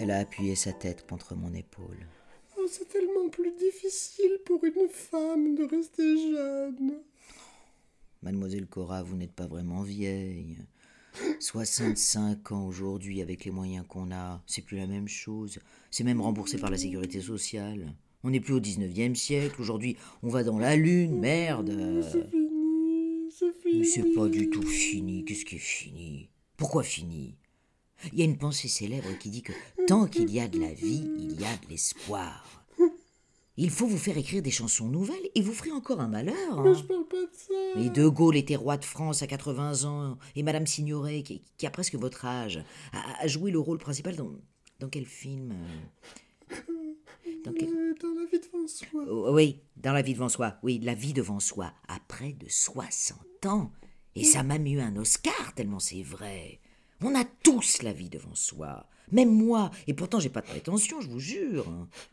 Elle a appuyé sa tête contre mon épaule. Oh, c'est tellement plus difficile pour une femme de rester jeune. Mademoiselle Cora, vous n'êtes pas vraiment vieille. 65 ans aujourd'hui avec les moyens qu'on a, c'est plus la même chose. C'est même remboursé par la sécurité sociale. On n'est plus au 19e siècle. Aujourd'hui, on va dans la lune, merde. C'est fini, c'est fini. Mais c'est pas du tout fini. Qu'est-ce qui est fini? Pourquoi fini? Il y a une pensée célèbre qui dit que tant qu'il y a de la vie, il y a de l'espoir. Il faut vous faire écrire des chansons nouvelles et vous ferez encore un malheur. Mais je parle pas de ça. Mais De Gaulle était roi de France à 80 ans et Madame Signoret, qui a presque votre âge, a joué le rôle principal dans quel film? Dans La vie devant soi. Oui, dans La vie devant soi. Oui, La vie devant soi, à près de 60 ans. Et ça m'a mis un Oscar, tellement c'est vrai. On a tous la vie devant soi. Même moi. Et pourtant, j'ai pas de prétention, je vous jure.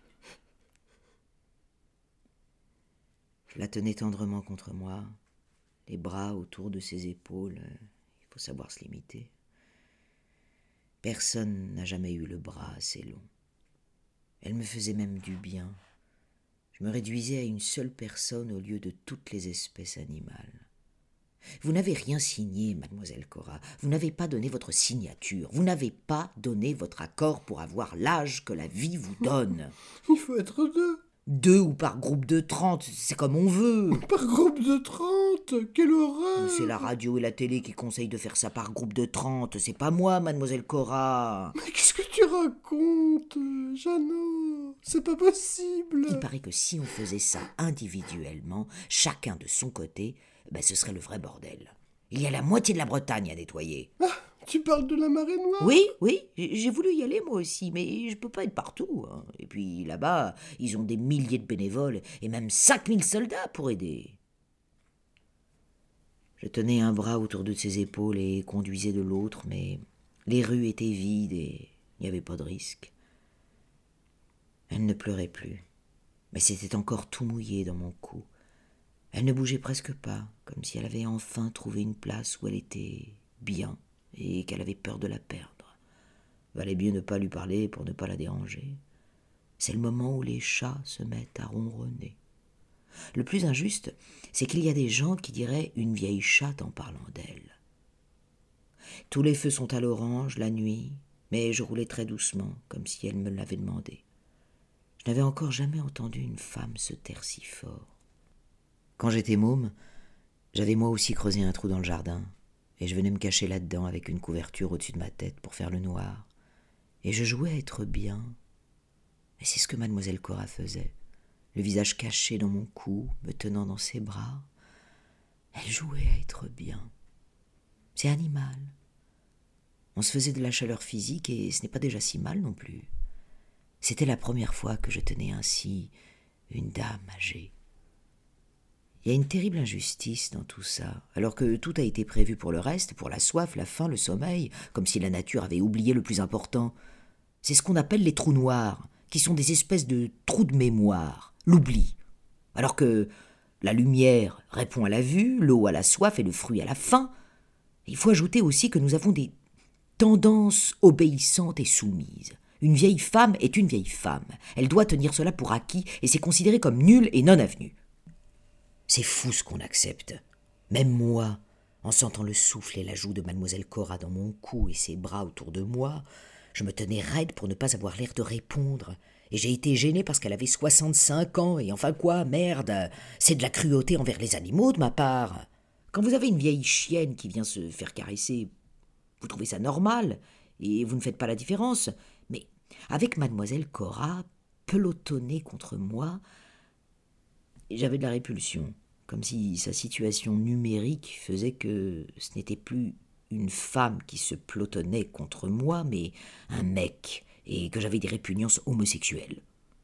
Je la tenais tendrement contre moi, les bras autour de ses épaules. Il faut savoir se limiter. Personne n'a jamais eu le bras assez long. Elle me faisait même du bien. Je me réduisais à une seule personne au lieu de toutes les espèces animales. Vous n'avez rien signé, mademoiselle Cora. Vous n'avez pas donné votre signature. Vous n'avez pas donné votre accord pour avoir l'âge que la vie vous donne. Il faut être deux. 2 ou par groupe de 30, c'est comme on veut. Par groupe de 30, quelle horreur. C'est la radio et la télé qui conseillent de faire ça par groupe de 30. C'est pas moi, mademoiselle Cora. Mais qu'est-ce que tu racontes, Jeannot? C'est pas possible. Il paraît que si on faisait ça individuellement, chacun de son côté, ce serait le vrai bordel. Il y a la moitié de la Bretagne à nettoyer. Ah, tu parles de la marée noire? Oui, j'ai voulu y aller moi aussi, mais je peux pas être partout. Et puis là-bas, ils ont des milliers de bénévoles et même 5000 soldats pour aider. Je tenais un bras autour de ses épaules et conduisais de l'autre, mais les rues étaient vides et il n'y avait pas de risque. Elle ne pleurait plus, mais c'était encore tout mouillé dans mon cou. Elle ne bougeait presque pas, comme si elle avait enfin trouvé une place où elle était bien et qu'elle avait peur de la perdre. Valait mieux ne pas lui parler pour ne pas la déranger. C'est le moment où les chats se mettent à ronronner. Le plus injuste, c'est qu'il y a des gens qui diraient une vieille chatte en parlant d'elle. Tous les feux sont à l'orange la nuit, mais je roulais très doucement, comme si elle me l'avait demandé. Je n'avais encore jamais entendu une femme se taire si fort. Quand j'étais môme, j'avais moi aussi creusé un trou dans le jardin, et je venais me cacher là-dedans avec une couverture au-dessus de ma tête pour faire le noir. Et je jouais à être bien. Et c'est ce que mademoiselle Cora faisait, le visage caché dans mon cou, me tenant dans ses bras. Elle jouait à être bien. C'est animal. On se faisait de la chaleur physique et ce n'est pas déjà si mal non plus. C'était la première fois que je tenais ainsi une dame âgée. Il y a une terrible injustice dans tout ça, alors que tout a été prévu pour le reste, pour la soif, la faim, le sommeil, comme si la nature avait oublié le plus important. C'est ce qu'on appelle les trous noirs, qui sont des espèces de trous de mémoire, l'oubli. Alors que la lumière répond à la vue, l'eau à la soif et le fruit à la faim. Il faut ajouter aussi que nous avons des tendances obéissantes et soumises. Une vieille femme est une vieille femme. Elle doit tenir cela pour acquis et c'est considéré comme nul et non avenu. C'est fou ce qu'on accepte. Même moi, en sentant le souffle et la joue de mademoiselle Cora dans mon cou et ses bras autour de moi, je me tenais raide pour ne pas avoir l'air de répondre. Et j'ai été gêné parce qu'elle avait 65 ans. Et enfin quoi, merde, c'est de la cruauté envers les animaux de ma part. Quand vous avez une vieille chienne qui vient se faire caresser, vous trouvez ça normal et vous ne faites pas la différence. Mais avec mademoiselle Cora, pelotonnée contre moi, j'avais de la répulsion, comme si sa situation numérique faisait que ce n'était plus une femme qui se pelotonnait contre moi, mais un mec, et que j'avais des répugnances homosexuelles.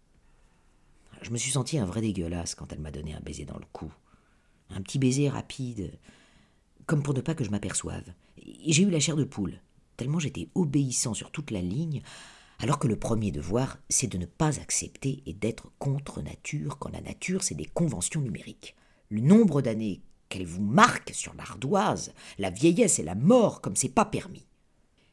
Je me suis senti un vrai dégueulasse quand elle m'a donné un baiser dans le cou. Un petit baiser rapide, comme pour ne pas que je m'aperçoive. Et j'ai eu la chair de poule, tellement j'étais obéissant sur toute la ligne, alors que le premier devoir, c'est de ne pas accepter et d'être contre nature, quand la nature, c'est des conventions numériques. Le nombre d'années qu'elle vous marque sur l'ardoise, la vieillesse et la mort, comme c'est pas permis.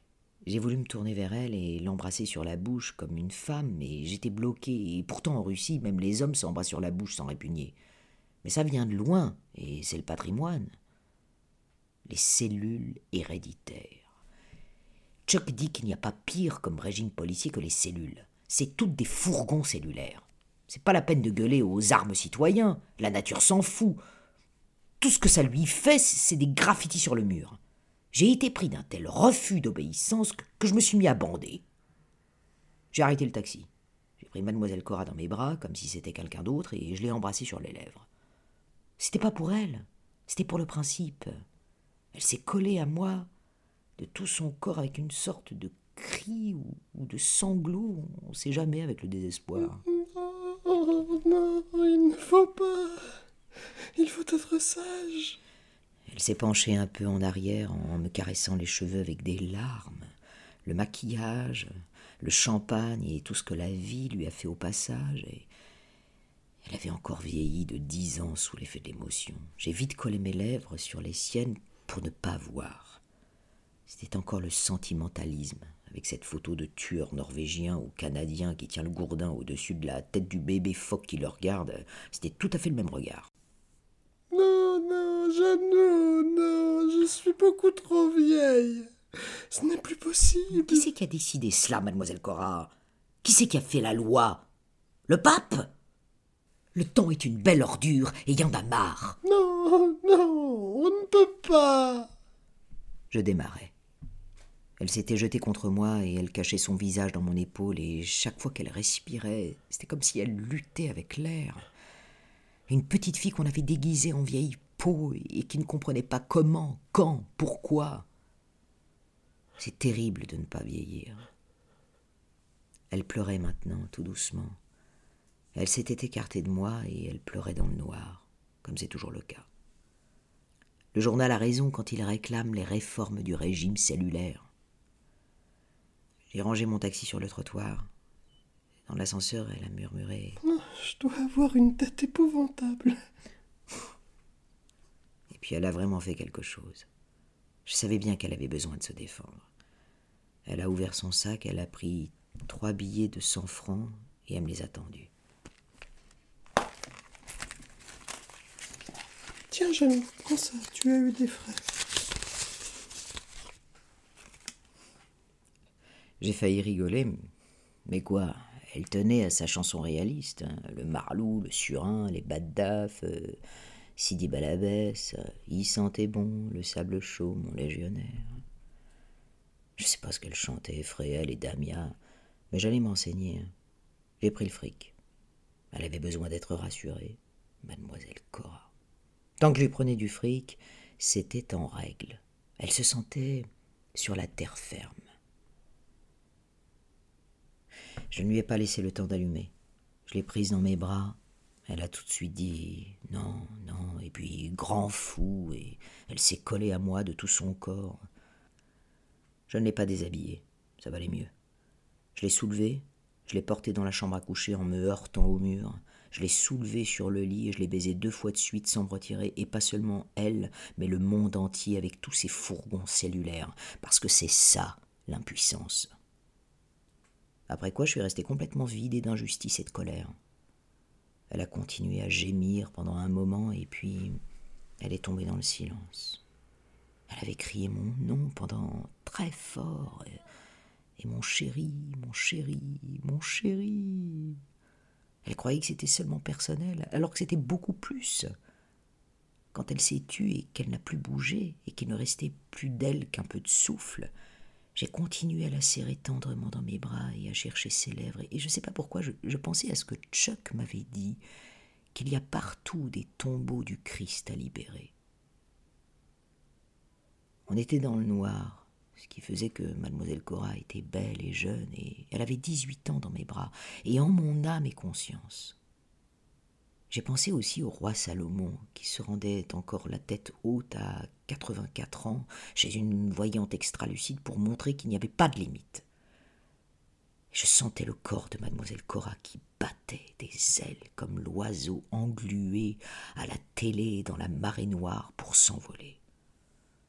J'ai voulu me tourner vers elle et l'embrasser sur la bouche comme une femme, mais j'étais bloqué, et pourtant en Russie, même les hommes s'embrassent sur la bouche sans répugner. Mais ça vient de loin, et c'est le patrimoine. Les cellules héréditaires. Chuck dit qu'il n'y a pas pire comme régime policier que les cellules. C'est toutes des fourgons cellulaires. C'est pas la peine de gueuler aux armes citoyens, la nature s'en fout. Tout ce que ça lui fait, c'est des graffitis sur le mur. J'ai été pris d'un tel refus d'obéissance que je me suis mis à bander. J'ai arrêté le taxi. J'ai pris mademoiselle Cora dans mes bras, comme si c'était quelqu'un d'autre, et je l'ai embrassée sur les lèvres. C'était pas pour elle, c'était pour le principe. Elle s'est collée à moi de tout son corps avec une sorte de cri ou de sanglot, on ne sait jamais avec le désespoir. Oh non, il ne faut pas. Il faut être sage. Elle s'est penchée un peu en arrière en me caressant les cheveux avec des larmes, le maquillage, le champagne et tout ce que la vie lui a fait au passage. Et elle avait encore vieilli de 10 ans sous l'effet de l'émotion. J'ai vite collé mes lèvres sur les siennes pour ne pas voir. C'était encore le sentimentalisme, avec cette photo de tueur norvégien ou canadien qui tient le gourdin au-dessus de la tête du bébé phoque qui le regarde. C'était tout à fait le même regard. Non, non, Jeannot, non, je suis beaucoup trop vieille. Ce n'est plus possible. Qui c'est qui a décidé cela, mademoiselle Cora? Qui c'est qui a fait la loi? Le pape? Le temps est une belle ordure et y en a marre. Non, non, on ne peut pas. Je démarrais. Elle s'était jetée contre moi et elle cachait son visage dans mon épaule et chaque fois qu'elle respirait, c'était comme si elle luttait avec l'air. Une petite fille qu'on avait déguisée en vieille peau et qui ne comprenait pas comment, quand, pourquoi. C'est terrible de ne pas vieillir. Elle pleurait maintenant, tout doucement. Elle s'était écartée de moi et elle pleurait dans le noir, comme c'est toujours le cas. Le journal a raison quand il réclame les réformes du régime cellulaire. J'ai rangé mon taxi sur le trottoir. Dans l'ascenseur, elle a murmuré Oh, je dois avoir une tête épouvantable. Et puis elle a vraiment fait quelque chose. Je savais bien qu'elle avait besoin de se défendre. Elle a ouvert son sac, elle a pris 3 billets de 100 francs et elle me les a tendus. Tiens, Jeannot, prends ça, tu as eu des frais. J'ai failli rigoler, mais quoi? Elle tenait à sa chanson réaliste, hein. Le Marlou, le Surin, les Baddaf, Sidi Balabès, il sentait bon, le sable chaud, mon légionnaire. Je sais pas ce qu'elle chantait, Fréhel et Damia, mais j'allais m'enseigner. J'ai pris le fric. Elle avait besoin d'être rassurée, mademoiselle Cora. Tant que je lui prenais du fric, c'était en règle. Elle se sentait sur la terre ferme. Je ne lui ai pas laissé le temps d'allumer. Je l'ai prise dans mes bras. Elle a tout de suite dit non, non, et puis grand fou, et elle s'est collée à moi de tout son corps. Je ne l'ai pas déshabillée, ça valait mieux. Je l'ai soulevée, je l'ai portée dans la chambre à coucher en me heurtant au mur. Je l'ai soulevée sur le lit et je l'ai baisée 2 fois de suite sans me retirer, et pas seulement elle, mais le monde entier avec tous ses fourgons cellulaires, parce que c'est ça, l'impuissance. Après quoi, je suis resté complètement vidé d'injustice et de colère. Elle a continué à gémir pendant un moment et puis elle est tombée dans le silence. Elle avait crié mon nom pendant très fort. Et mon chéri, mon chéri, mon chéri. Elle croyait que c'était seulement personnel, alors que c'était beaucoup plus. Quand elle s'est tue et qu'elle n'a plus bougé et qu'il ne restait plus d'elle qu'un peu de souffle, j'ai continué à la serrer tendrement dans mes bras et à chercher ses lèvres. Et je ne sais pas pourquoi, je pensais à ce que Chuck m'avait dit, qu'il y a partout des tombeaux du Christ à libérer. On était dans le noir, ce qui faisait que mademoiselle Cora était belle et jeune, et elle avait 18 ans dans mes bras, et en mon âme et conscience. J'ai pensé aussi au roi Salomon, qui se rendait encore la tête haute à 84 ans chez une voyante extralucide pour montrer qu'il n'y avait pas de limite. Je sentais le corps de mademoiselle Cora qui battait des ailes comme l'oiseau englué à la télé dans la marée noire pour s'envoler.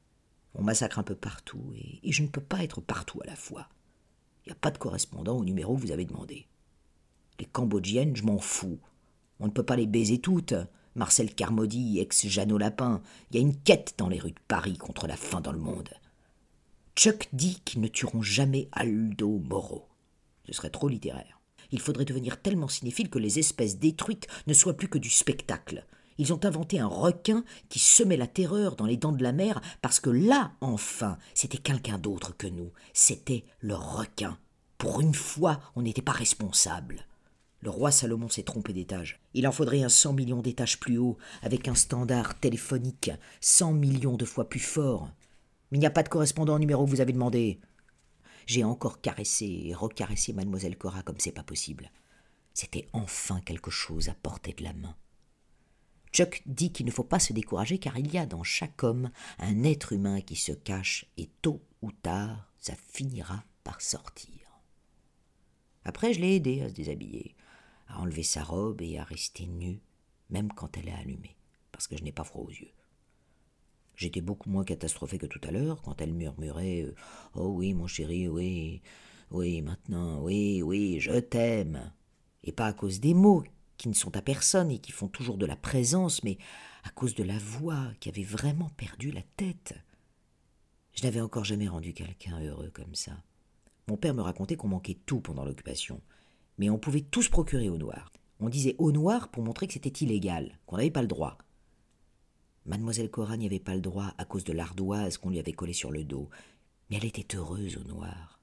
On massacre un peu partout, et je ne peux pas être partout à la fois. Il n'y a pas de correspondant au numéro que vous avez demandé. Les Cambodgiennes, je m'en fous. On ne peut pas les baiser toutes. Marcel Carmody, ex-Jeannot Lapin, il y a une quête dans les rues de Paris contre la faim dans le monde. Chuck dit qu'ils ne tueront jamais Aldo Moro. Ce serait trop littéraire. Il faudrait devenir tellement cinéphile que les espèces détruites ne soient plus que du spectacle. Ils ont inventé un requin qui semait la terreur dans les dents de la mer parce que là, enfin, c'était quelqu'un d'autre que nous. C'était le requin. Pour une fois, on n'était pas responsable. Le roi Salomon s'est trompé d'étage. Il en faudrait un 100 millions d'étages plus haut, avec un standard téléphonique 100 millions de fois plus fort. Mais il n'y a pas de correspondant au numéro que vous avez demandé. J'ai encore caressé et recaressé mademoiselle Cora comme c'est pas possible. C'était enfin quelque chose à portée de la main. Chuck dit qu'il ne faut pas se décourager car il y a dans chaque homme un être humain qui se cache et tôt ou tard, ça finira par sortir. Après, je l'ai aidé à se déshabiller, à enlever sa robe et à rester nue, même quand elle est allumée, parce que je n'ai pas froid aux yeux. J'étais beaucoup moins catastrophé que tout à l'heure, quand elle murmurait « Oh oui, mon chéri, oui, oui, maintenant, oui, oui, je t'aime !» Et pas à cause des mots, qui ne sont à personne et qui font toujours de la présence, mais à cause de la voix, qui avait vraiment perdu la tête. Je n'avais encore jamais rendu quelqu'un heureux comme ça. Mon père me racontait qu'on manquait tout pendant l'occupation, mais on pouvait tout se procurer au noir. On disait au noir pour montrer que c'était illégal, qu'on n'avait pas le droit. Mademoiselle Cora n'y avait pas le droit à cause de l'ardoise qu'on lui avait collée sur le dos, mais elle était heureuse au noir.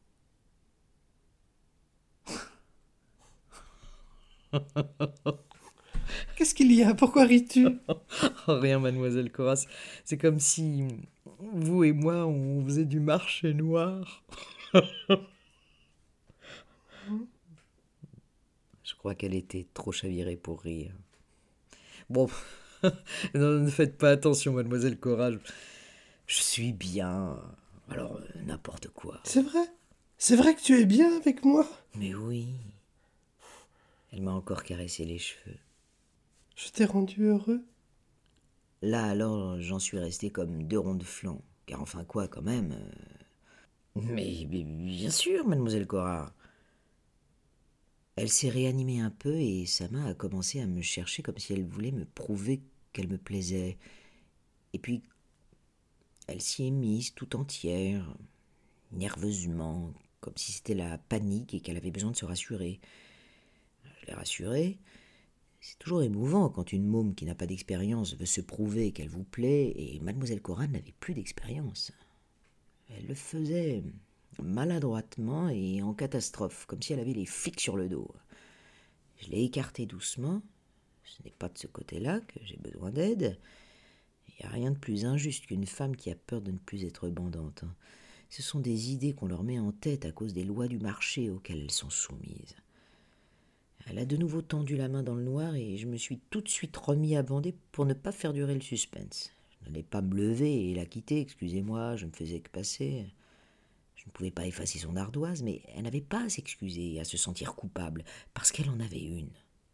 Qu'est-ce qu'il y a? Pourquoi ris-tu? Oh, rien, mademoiselle Cora. C'est comme si vous et moi, on faisait du marché noir. Je crois qu'elle était trop chavirée pour rire. Bon, Non, ne faites pas attention, mademoiselle Cora. je suis bien. Alors, n'importe quoi. C'est vrai? C'est vrai que tu es bien avec moi? Mais oui. Elle m'a encore caressé les cheveux. Je t'ai rendu heureux? Là, alors, j'en suis resté comme deux ronds de flanc. Car enfin quoi, quand même. Mais bien sûr, mademoiselle Cora. Elle s'est réanimée un peu et sa main a commencé à me chercher comme si elle voulait me prouver qu'elle me plaisait. Et puis, elle s'y est mise tout entière, nerveusement, comme si c'était la panique et qu'elle avait besoin de se rassurer. Je l'ai rassurée. C'est toujours émouvant quand une môme qui n'a pas d'expérience veut se prouver qu'elle vous plaît, et mademoiselle Cora n'avait plus d'expérience. Elle le faisait maladroitement et en catastrophe, comme si elle avait les flics sur le dos. Je l'ai écartée doucement. Ce n'est pas de ce côté-là que j'ai besoin d'aide. Il n'y a rien de plus injuste qu'une femme qui a peur de ne plus être bandante. Ce sont des idées qu'on leur met en tête à cause des lois du marché auxquelles elles sont soumises. Elle a de nouveau tendu la main dans le noir et je me suis tout de suite remis à bander pour ne pas faire durer le suspense. Je n'allais pas me lever et la quitter, excusez-moi, je ne faisais que passer. Je ne pouvais pas effacer son ardoise, mais elle n'avait pas à s'excuser et à se sentir coupable, parce qu'elle en avait une.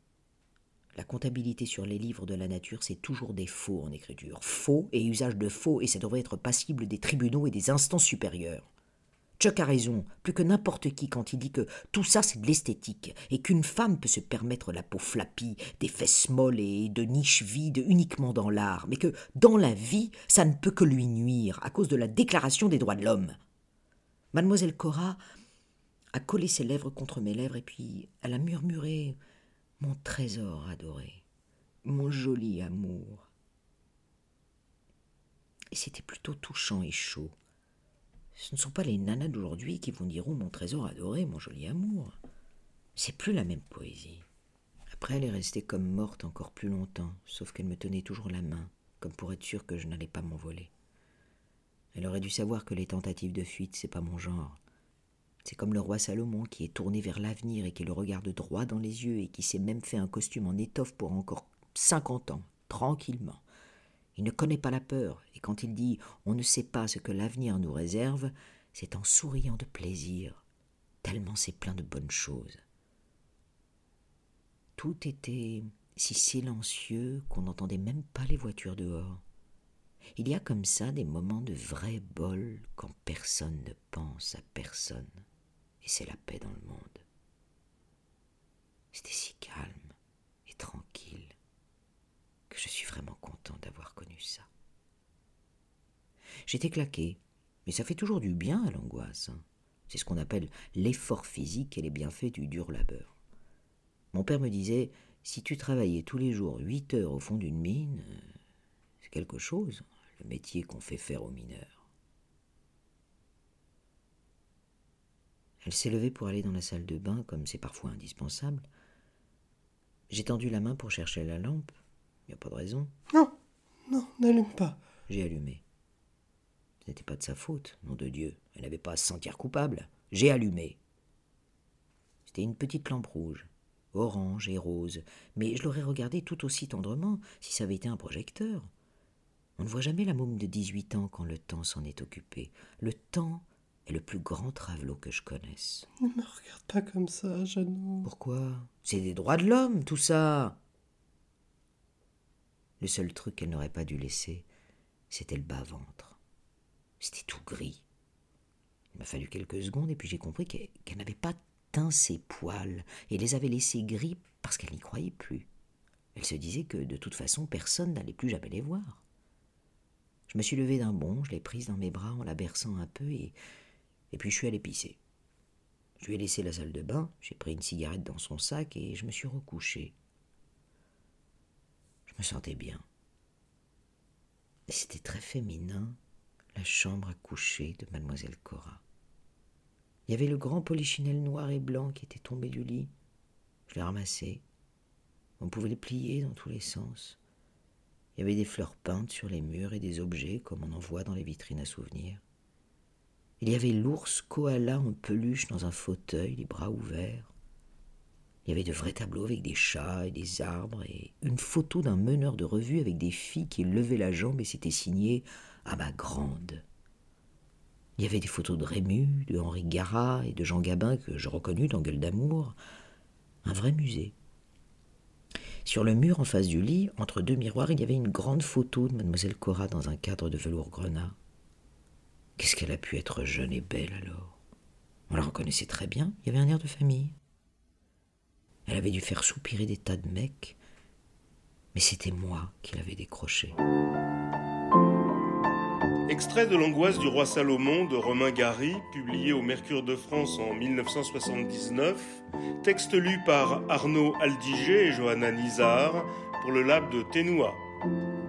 La comptabilité sur les livres de la nature, c'est toujours des faux en écriture. Faux et usage de faux, et ça devrait être passible des tribunaux et des instances supérieures. Chuck a raison, plus que n'importe qui, quand il dit que tout ça c'est de l'esthétique, et qu'une femme peut se permettre la peau flappie, des fesses molles et de niches vides uniquement dans l'art, mais que dans la vie, ça ne peut que lui nuire, à cause de la Déclaration des droits de l'homme. Mademoiselle Cora a collé ses lèvres contre mes lèvres et puis elle a murmuré « Mon trésor adoré, mon joli amour ». Et c'était plutôt touchant et chaud. Ce ne sont pas les nanas d'aujourd'hui qui vous diront « Mon trésor adoré, mon joli amour ». C'est plus la même poésie. Après, elle est restée comme morte encore plus longtemps, sauf qu'elle me tenait toujours la main, comme pour être sûre que je n'allais pas m'envoler. Elle aurait dû savoir que les tentatives de fuite, c'est pas mon genre. C'est comme le roi Salomon qui est tourné vers l'avenir et qui le regarde droit dans les yeux et qui s'est même fait un costume en étoffe pour encore 50 ans, tranquillement. Il ne connaît pas la peur, et quand il dit « on ne sait pas ce que l'avenir nous réserve », c'est en souriant de plaisir, tellement c'est plein de bonnes choses. Tout était si silencieux qu'on n'entendait même pas les voitures dehors. Il y a comme ça des moments de vrai bol quand personne ne pense à personne, et c'est la paix dans le monde. C'était si calme et tranquille que je suis vraiment content d'avoir connu ça. J'étais claqué, mais ça fait toujours du bien à l'angoisse. C'est ce qu'on appelle l'effort physique et les bienfaits du dur labeur. Mon père me disait, si tu travaillais tous les jours 8 heures au fond d'une mine, c'est quelque chose, le métier qu'on fait faire aux mineurs. Elle s'est levée pour aller dans la salle de bain, comme c'est parfois indispensable. J'ai tendu la main pour chercher la lampe. Il n'y a pas de raison. Non, n'allume pas. J'ai allumé. Ce n'était pas de sa faute, nom de Dieu. Elle n'avait pas à se sentir coupable. J'ai allumé. C'était une petite lampe rouge, orange et rose, mais je l'aurais regardée tout aussi tendrement si ça avait été un projecteur. On ne voit jamais la môme de 18 ans quand le temps s'en est occupé. Le temps est le plus grand travelot que je connaisse. Ne me regarde pas comme ça, Jeannot. Pourquoi ? C'est des droits de l'homme, tout ça. Le seul truc qu'elle n'aurait pas dû laisser, c'était le bas-ventre. C'était tout gris. Il m'a fallu quelques secondes et puis j'ai compris qu'elle n'avait pas teint ses poils et les avait laissés gris parce qu'elle n'y croyait plus. Elle se disait que de toute façon personne n'allait plus jamais les voir. Je me suis levé d'un bond, je l'ai prise dans mes bras en la berçant un peu et puis je suis allé pisser. Je lui ai laissé la salle de bain, j'ai pris une cigarette dans son sac et je me suis recouché. Je me sentais bien. Et c'était très féminin, la chambre à coucher de mademoiselle Cora. Il y avait le grand polichinelle noir et blanc qui était tombé du lit. Je l'ai ramassé. On pouvait le plier dans tous les sens. Il y avait des fleurs peintes sur les murs et des objets comme on en voit dans les vitrines à souvenirs. Il y avait l'ours koala en peluche dans un fauteuil, les bras ouverts. Il y avait de vrais tableaux avec des chats et des arbres et une photo d'un meneur de revue avec des filles qui levaient la jambe et c'était signé « À ma grande ». Il y avait des photos de Rému, de Henri Garat et de Jean Gabin que je reconnus dans Gueule d'amour. Un vrai musée. Sur le mur en face du lit, entre deux miroirs, il y avait une grande photo de mademoiselle Cora dans un cadre de velours grenat. Qu'est-ce qu'elle a pu être jeune et belle alors ? On la reconnaissait très bien, il y avait un air de famille. Elle avait dû faire soupirer des tas de mecs, mais c'était moi qui l'avais décrochée. Extrait de L'Angoisse du roi Salomon de Romain Gary, publié au Mercure de France en 1979, texte lu par Arnaud Aldiger et Johanna Nizar pour le lab de Ténoua.